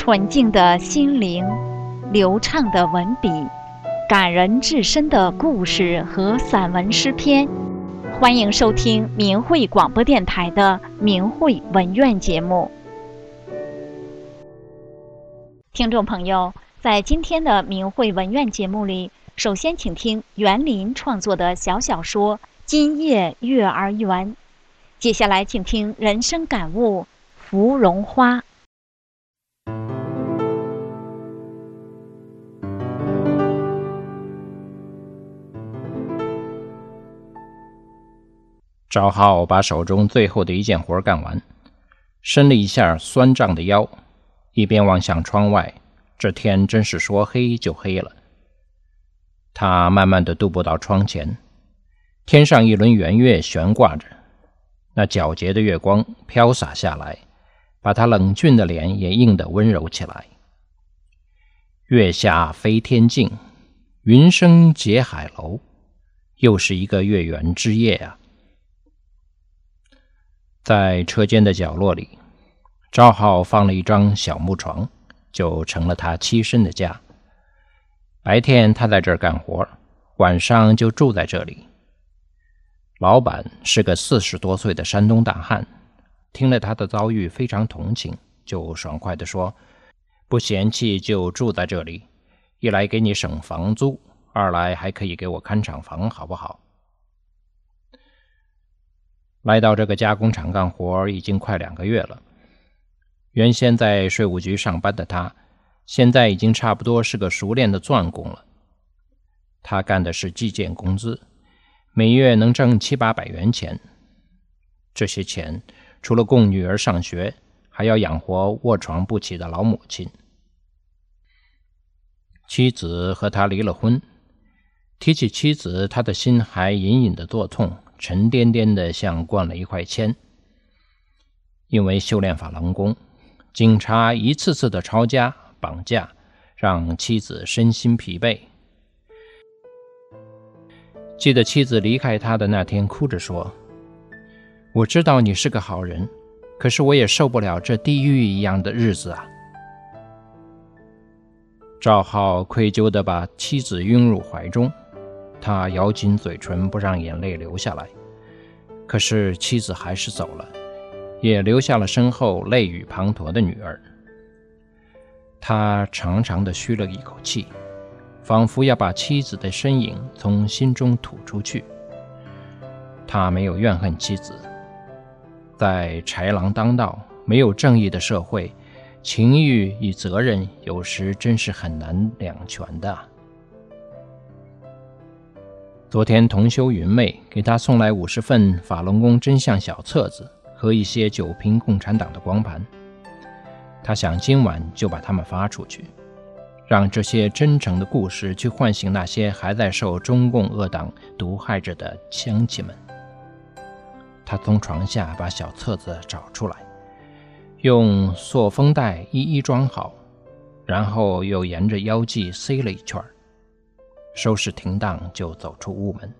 纯净的心灵，流畅的文笔，感人至深的故事和散文诗篇。欢迎收听明慧广播电台的明慧文苑节目。听众朋友，在今天的明慧文苑节目里，首先请听袁林创作的小说《今夜月儿圆》，接下来请听人生感悟《芙蓉花》。 赵浩把手中最后的一件活干完，伸了一下酸胀的腰，一边望向窗外，这天真是说黑就黑了。他慢慢地踱步到窗前，天上一轮圆月悬挂着，那皎洁的月光飘洒下来，把他冷峻的脸也映得温柔起来。月下飞天镜，云生结海楼，又是一个月圆之夜啊。在车间的角落里，赵浩放了一张小木床，就成了他栖身的家。白天他在这儿干活，晚上就住在这里。老板是个40多岁的山东大汉，听了他的遭遇非常同情，就爽快地说，不嫌弃就住在这里，一来给你省房租，二来还可以给我看厂房，好不好？来到这个加工厂干活已经快2个月了。原先在税务局上班的他，现在已经差不多是个熟练的钻工了。他干的是计件工资，每月能挣700-800元钱。这些钱除了供女儿上学，还要养活卧床不起的老母亲。妻子和他离了婚，提起妻子，他的心还隐隐的作痛，沉甸甸的像灌了一块铅。因为修炼法轮功，警察一次次的抄家绑架，让妻子身心疲惫。记得妻子离开他的那天，哭着说，我知道你是个好人，可是我也受不了这地狱一样的日子啊。赵浩愧疚地把妻子拥入怀中，他咬紧嘴唇不让眼泪流下来，可是妻子还是走了，也留下了身后泪雨滂沱的女儿。他长长地吁了一口气，仿佛要把妻子的身影从心中吐出去。他没有怨恨妻子，在豺狼当道、没有正义的社会，情欲与责任有时真是很难两全的。昨天同修云妹给他送来50份法轮功真相小册子和一些9瓶共产党的光盘，他想今晚就把它们发出去，让这些真诚的故事去唤醒那些还在受中共恶党毒害着的乡亲们。他从床下把小册子找出来，用塑封袋一一装好，然后又沿着腰际塞了一圈，收拾停当就走出屋门。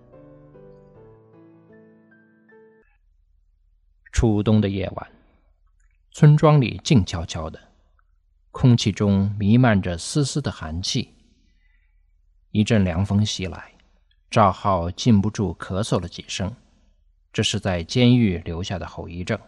初冬的夜晚，村庄里静悄悄的，空气中弥漫着丝丝的寒气。一阵凉风袭来，赵浩禁不住咳嗽了几声，这是在监狱留下的后遗症。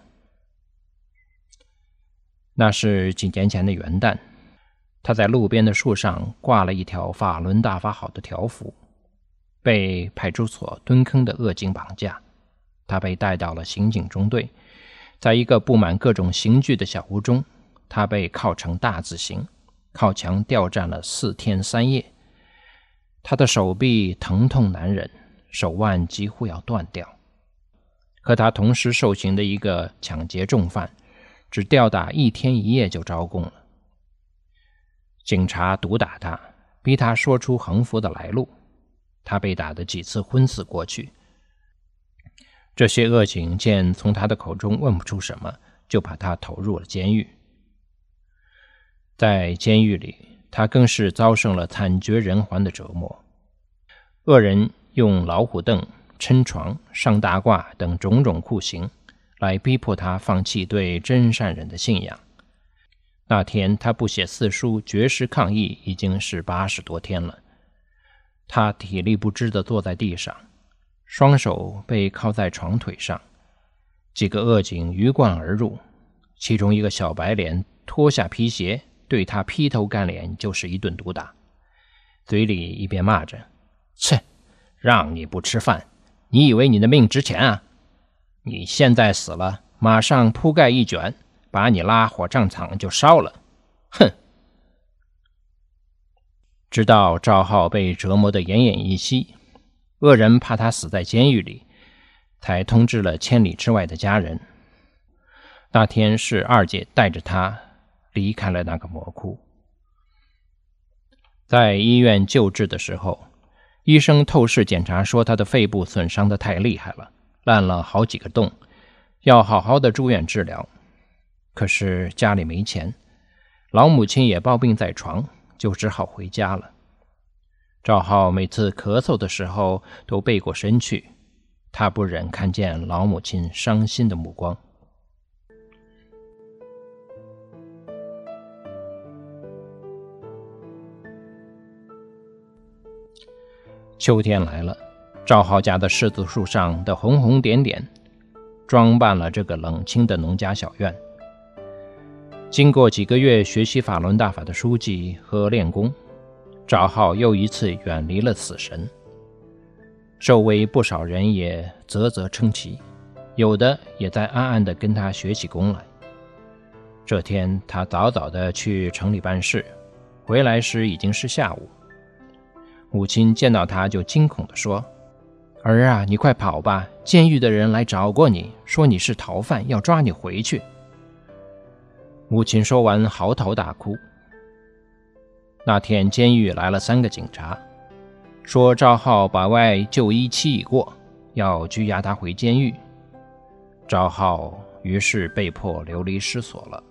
那是几年前的元旦，他在路边的树上挂了一条法轮大法好的条幅，被派出所蹲坑的恶警绑架，他被带到了刑警中队，在一个布满各种刑具的小屋中，他被铐成大字形，靠墙吊站了4天3夜。他的手臂疼痛难忍，手腕几乎要断掉。和他同时受刑的一个抢劫重犯，只吊打1天1夜就招供了。警察毒打他，逼他说出横幅的来路，他被打得几次昏死过去。这些恶警见从他的口中问不出什么，就把他投入了监狱。在监狱里，他更是遭受了惨绝人寰的折磨。恶人用老虎凳、抻床、上大褂等种种酷刑来逼迫他放弃对真善忍的信仰。 那天他不写四书绝食抗议已经是80多天了。他体力不支地坐在地上，双手被靠在床腿上。几个恶警鱼贯而入，其中一个小白脸脱下皮鞋，对他劈头盖脸就是一顿毒打，嘴里一边骂着：“切，让你不吃饭，你以为你的命值钱啊？你现在死了，马上铺盖一卷，把你拉火葬场就烧了。哼！”直到赵浩被折磨得奄奄一息，恶人怕他死在监狱里，才通知了千里之外的家人。那天是二姐带着他离开了那个魔窟。在医院救治的时候，医生透视检查说他的肺部损伤得太厉害了，烂了好几个洞，要好好的住院治疗。可是家里没钱，老母亲也抱病在床，就只好回家了。赵浩每次咳嗽的时候都背过身去，他不忍看见老母亲伤心的目光。秋天来了，赵浩家的柿子树上的红红点点装扮了这个冷清的农家小院。经过几个月学习法轮大法的书籍和练功，赵浩又一次远离了死神。周围不少人也啧啧称奇，有的也在暗暗地跟他学起功来。这天他早早地去城里办事，回来时已经是下午。母亲见到他就惊恐地说：“儿啊，你快跑吧，监狱的人来找过你，说你是逃犯，要抓你回去。”母亲说完嚎啕大哭。那天监狱来了3个警察，说赵浩把外就医期已过，要拘押他回监狱。赵浩于是被迫流离失所了。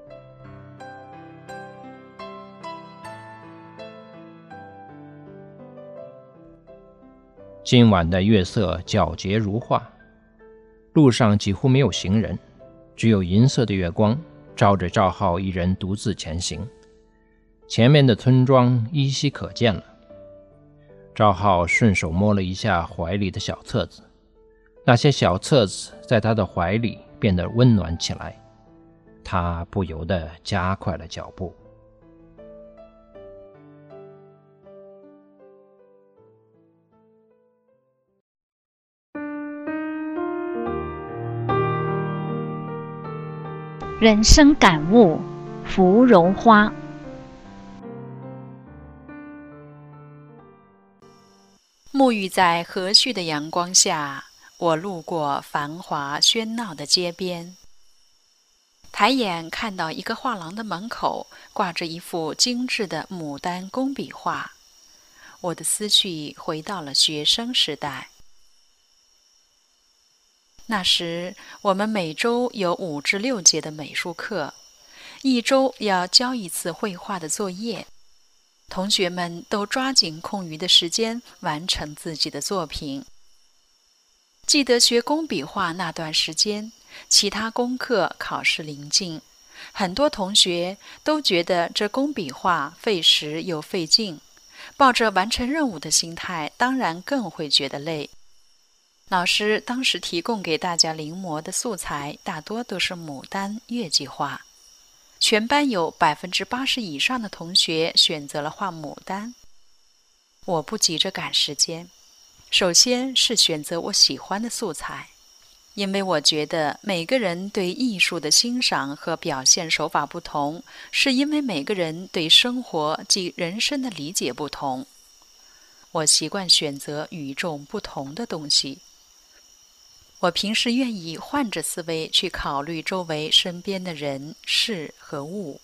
今晚的月色皎洁如画，路上几乎没有行人，只有银色的月光照着赵浩一人独自前行。前面的村庄依稀可见了。赵浩顺手摸了一下怀里的小册子，那些小册子在他的怀里变得温暖起来，他不由得加快了脚步。 人生感悟，芙蓉花。 沐浴在和煦的阳光下，我路过繁华喧闹的街边，抬眼看到一个画廊的门口挂着一幅精致的牡丹工笔画，我的思绪回到了学生时代。那时我们每周有5至6节的美术课，一周要交一次绘画的作业，同学们都抓紧空余的时间完成自己的作品。记得学工笔画那段时间，其他功课考试临近，很多同学都觉得这工笔画费时又费劲，抱着完成任务的心态，当然更会觉得累。老师当时提供给大家临摹的素材大多都是牡丹月季画，全班有80%以上的同学选择了画牡丹。我不急着赶时间，首先是选择我喜欢的素材，因为我觉得每个人对艺术的欣赏和表现手法不同，是因为每个人对生活及人生的理解不同。我习惯选择与众不同的东西。我平时愿意换着思维去考虑周围身边的人、事和物。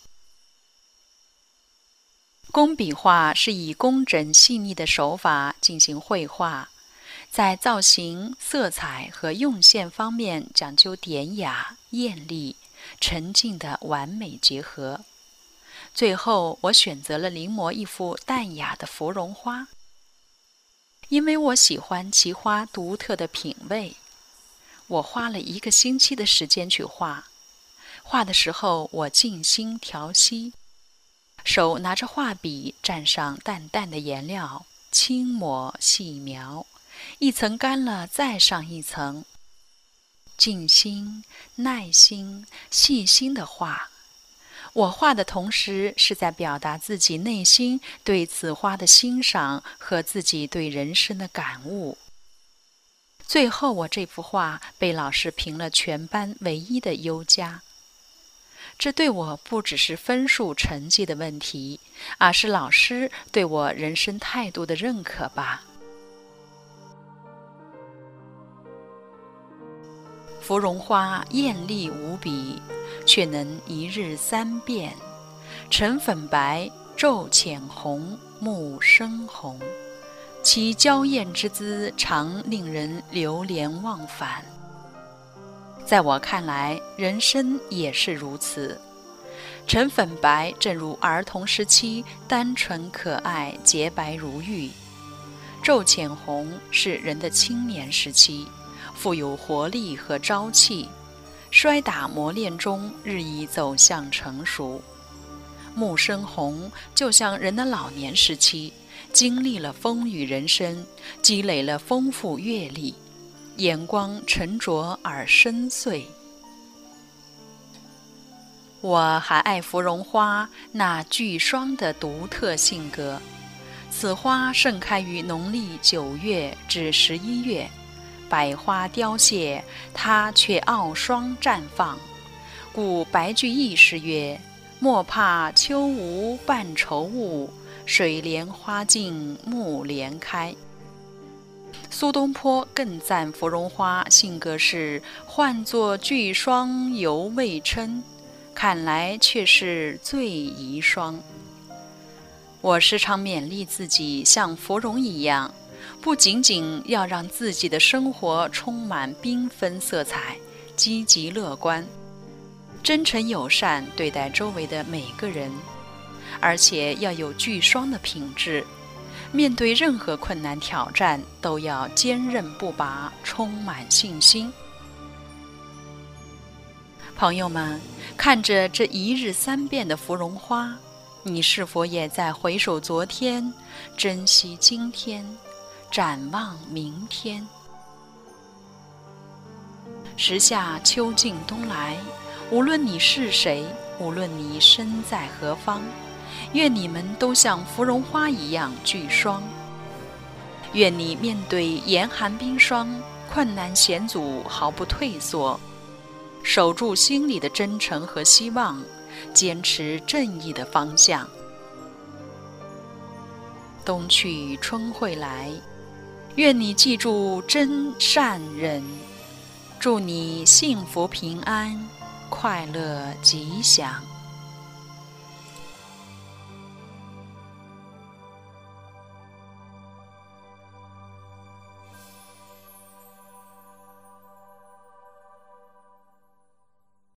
工笔画是以工整细腻的手法进行绘画，在造型、色彩和用线方面讲究典雅、艳丽、沉静的完美结合。最后，我选择了临摹一幅淡雅的芙蓉花，因为我喜欢其花独特的品味。我花了1个星期的时间去画画的时候我静心调息，手拿着画笔，蘸上淡淡的颜料，轻抹细描，一层干了再上一层，静心、耐心、细心地画。我画的同时是在表达自己内心对此花的欣赏和自己对人生的感悟。最后我这幅画被老师评了全班唯一的优佳。这对我不只是分数成绩的问题，而是老师对我人生态度的认可吧。芙蓉花艳丽无比，却能一日三变，橙粉白，皱浅红，木深红，其娇艳之姿常令人流连忘返。在我看来，人生也是如此。橙粉白正如儿童时期单纯可爱、洁白如玉，皱浅红是人的青年时期，富有活力和朝气，摔打磨练中日益走向成熟。木深红就像人的老年时期，经历了风雨人生，积累了丰富阅历，眼光沉着而深邃。我还爱芙蓉花那聚霜的独特性格。此花盛开于农历9月至11月，百花凋谢，它却傲霜绽放。故白居易诗曰：莫怕秋无半愁雾，水莲花尽木莲开。苏东坡更赞芙蓉花性格是唤作聚霜犹未称，看来却是最遗霜。我时常勉励自己像芙蓉一样，不仅仅要让自己的生活充满缤纷色彩，积极乐观，真诚友善对待周围的每个人，而且要有聚霜的品质，面对任何困难挑战都要坚韧不拔，充满信心。朋友们，看着这一日三变的芙蓉花，你是否也在回首昨天，珍惜今天，展望明天？时下秋尽冬来，无论你是谁，无论你身在何方，愿你们都像芙蓉花一样聚霜。愿你面对严寒冰霜、困难险阻毫不退缩，守住心里的真诚和希望，坚持正义的方向。冬去春会来，愿你记住真善忍，祝你幸福平安，快乐吉祥。